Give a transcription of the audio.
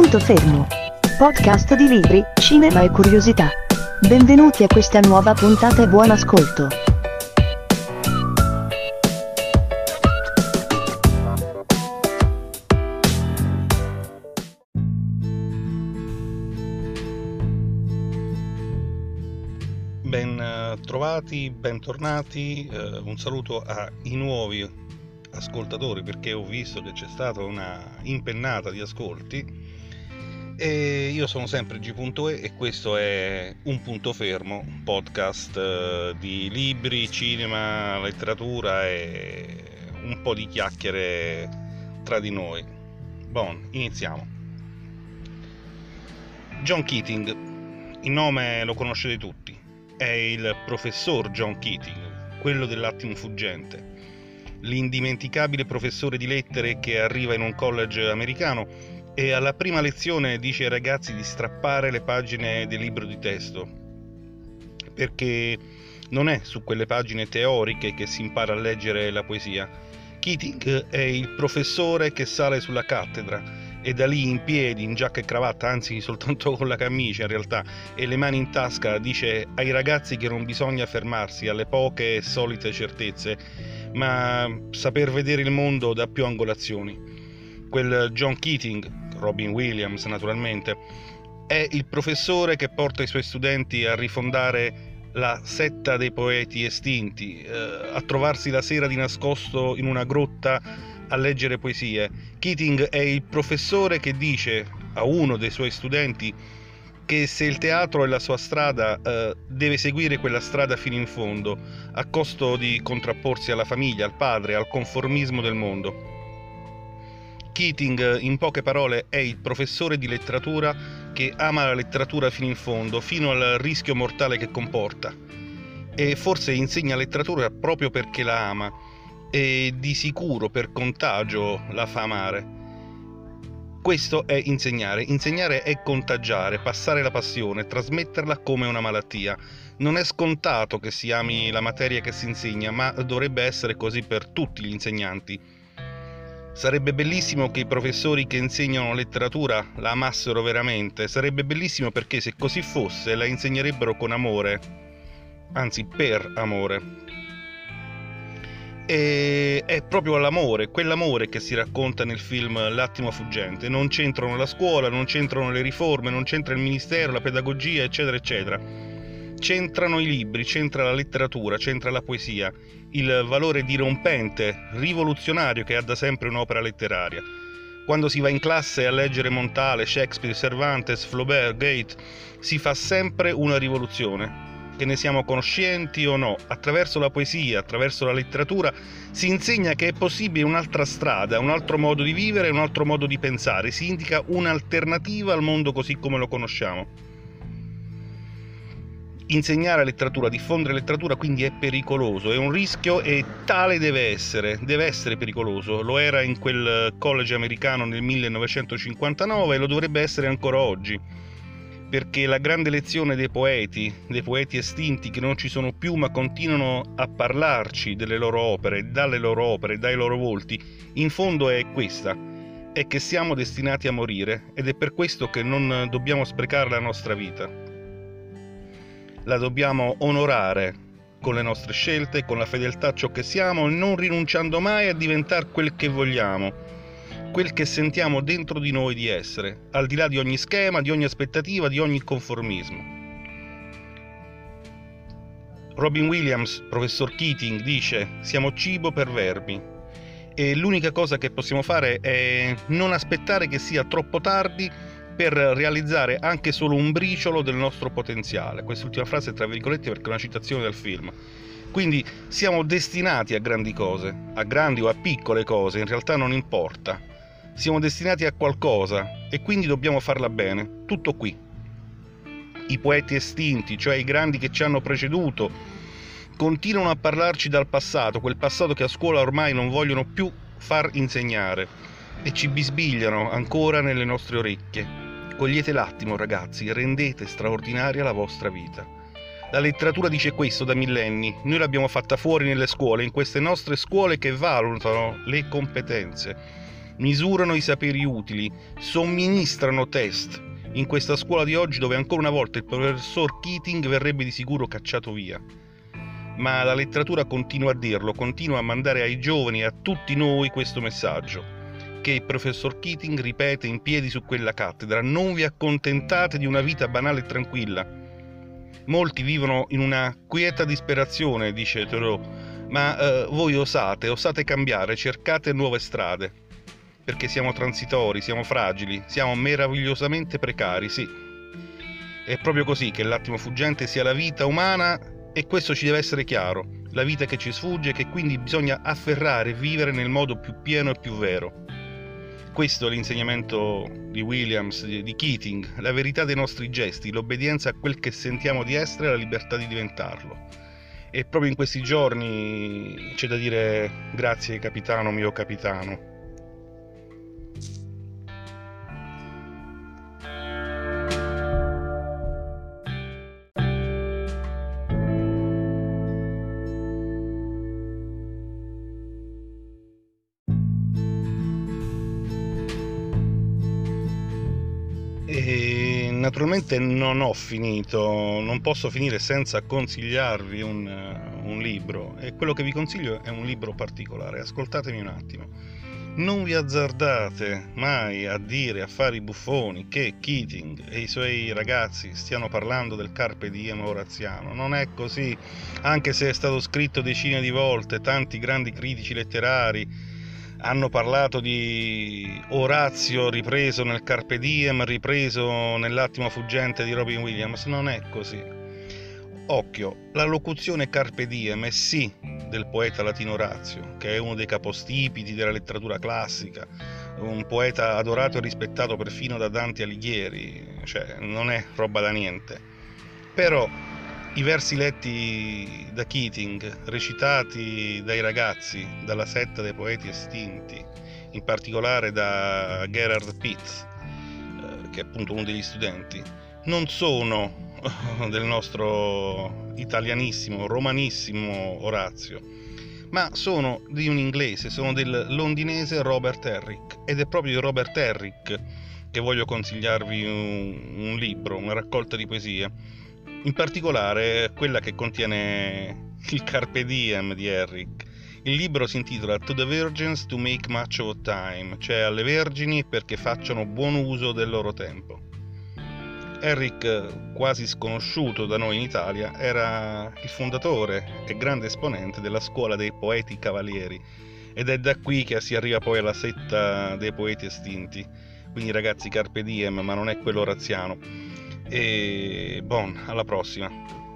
Punto fermo. Podcast di libri, cinema e curiosità. Benvenuti a questa nuova puntata e buon ascolto. Ben trovati, bentornati, un saluto ai nuovi ascoltatori, perché ho visto che c'è stata una impennata di ascolti e io sono sempre G.E e questo è Un Punto Fermo, un podcast di libri, cinema, letteratura e un po' di chiacchiere tra di noi. Iniziamo. John Keating, il nome lo conoscete tutti. È il professor John Keating, quello dell'attimo fuggente, l'indimenticabile professore di lettere che arriva in un college americano e alla prima lezione dice ai ragazzi di strappare le pagine del libro di testo, perché non è su quelle pagine teoriche che si impara a leggere la poesia. Keating è il professore che sale sulla cattedra e da lì in piedi, in giacca e cravatta, anzi soltanto con la camicia in realtà, e le mani in tasca, dice ai ragazzi che non bisogna fermarsi alle poche e solite certezze, ma saper vedere il mondo da più angolazioni. Quel John Keating, Robin Williams naturalmente, è il professore che porta i suoi studenti a rifondare la setta dei poeti estinti, a trovarsi la sera di nascosto in una grotta a leggere poesie. Keating è il professore che dice a uno dei suoi studenti che se il teatro è la sua strada, deve seguire quella strada fino in fondo, a costo di contrapporsi alla famiglia, al padre, al conformismo del mondo. Keating, in poche parole, è il professore di letteratura che ama la letteratura fino in fondo, fino al rischio mortale che comporta. E forse insegna letteratura proprio perché la ama, e di sicuro per contagio la fa amare. Questo è insegnare. Insegnare è contagiare, passare la passione, trasmetterla come una malattia. Non è scontato che si ami la materia che si insegna, ma dovrebbe essere così per tutti gli insegnanti. Sarebbe bellissimo che i professori che insegnano letteratura la amassero veramente. Sarebbe bellissimo perché se così fosse la insegnerebbero con amore, anzi per amore. E è proprio l'amore, quell'amore che si racconta nel film L'attimo fuggente. Non c'entrano la scuola, non c'entrano le riforme, non c'entra il ministero, la pedagogia, eccetera eccetera. C'entrano i libri, c'entra la letteratura, c'entra la poesia, il valore dirompente, rivoluzionario che ha da sempre un'opera letteraria. Quando si va in classe a leggere Montale, Shakespeare, Cervantes, Flaubert, Goethe, si fa sempre una rivoluzione. Che ne siamo conoscenti o no, attraverso la poesia, attraverso la letteratura, si insegna che è possibile un'altra strada, un altro modo di vivere, un altro modo di pensare, si indica un'alternativa al mondo così come lo conosciamo. Insegnare letteratura, diffondere letteratura quindi è pericoloso, è un rischio e tale deve essere pericoloso. Lo era in quel college americano nel 1959 e lo dovrebbe essere ancora oggi. Perché la grande lezione dei poeti estinti che non ci sono più ma continuano a parlarci delle loro opere, dalle loro opere, dai loro volti, in fondo è questa, è che siamo destinati a morire ed è per questo che non dobbiamo sprecare la nostra vita. La dobbiamo onorare con le nostre scelte, con la fedeltà a ciò che siamo, non rinunciando mai a diventare quel che vogliamo, quel che sentiamo dentro di noi di essere, al di là di ogni schema, di ogni aspettativa, di ogni conformismo. Robin Williams, professor Keating, dice: siamo cibo per vermi e l'unica cosa che possiamo fare è non aspettare che sia troppo tardi per realizzare anche solo un briciolo del nostro potenziale. Quest'ultima frase è tra virgolette perché è una citazione del film. Quindi siamo destinati a grandi cose, a grandi o a piccole cose, in realtà non importa. Siamo destinati a qualcosa e quindi dobbiamo farla bene, tutto qui. I poeti estinti, cioè i grandi che ci hanno preceduto, continuano a parlarci dal passato, quel passato che a scuola ormai non vogliono più far insegnare, e ci bisbigliano ancora nelle nostre orecchie. Cogliete l'attimo, ragazzi, rendete straordinaria la vostra vita. La letteratura dice questo da millenni, noi l'abbiamo fatta fuori nelle scuole, in queste nostre scuole che valutano le competenze. misurano i saperi utili, somministrano test. In questa scuola di oggi, dove ancora una volta il professor Keating verrebbe di sicuro cacciato via. Ma la letteratura continua a dirlo, continua a mandare ai giovani e a tutti noi questo messaggio, che il professor Keating ripete in piedi su quella cattedra: non vi accontentate di una vita banale e tranquilla. Molti vivono in una quieta disperazione, dice Thoreau, ma voi osate cambiare, cercate nuove strade. Perché siamo transitori, siamo fragili, siamo meravigliosamente precari, sì. È proprio così che l'attimo fuggente sia la vita umana, e questo ci deve essere chiaro. La vita che ci sfugge, che quindi bisogna afferrare e vivere nel modo più pieno e più vero. Questo è l'insegnamento di Williams, di Keating, la verità dei nostri gesti, l'obbedienza a quel che sentiamo di essere e la libertà di diventarlo. E proprio in questi giorni c'è da dire grazie capitano, mio capitano. E naturalmente non ho finito, non posso finire senza consigliarvi un libro, e quello che vi consiglio è un libro particolare. Ascoltatemi un attimo. Non vi azzardate mai a dire, a fare i buffoni, che Keating e i suoi ragazzi stiano parlando del Carpe Diem oraziano. Non è così, anche se è stato scritto decine di volte. Tanti grandi critici letterari hanno parlato di Orazio ripreso nel Carpe Diem, ripreso nell'attimo fuggente di Robin Williams. Non è così. Occhio, la locuzione Carpe Diem è sì del poeta latino Orazio, che è uno dei capostipiti della letteratura classica, un poeta adorato e rispettato perfino da Dante Alighieri, cioè non è roba da niente. Però i versi letti da Keating, recitati dai ragazzi, dalla setta dei poeti estinti, in particolare da Gerard Pietz, che è appunto uno degli studenti, non sono del nostro italianissimo, romanissimo Orazio, ma sono di un inglese, sono del londinese Robert Herrick, ed è proprio di Robert Herrick che voglio consigliarvi un libro, una raccolta di poesie. In particolare quella che contiene il Carpe Diem di Herrick. Il libro si intitola To the Virgins to Make Much of Time, cioè alle vergini perché facciano buon uso del loro tempo. Herrick, quasi sconosciuto da noi in Italia, era il fondatore e grande esponente della scuola dei poeti cavalieri, ed è da qui che si arriva poi alla setta dei poeti estinti. Quindi ragazzi, Carpe Diem, ma non è quello oraziano. E alla prossima.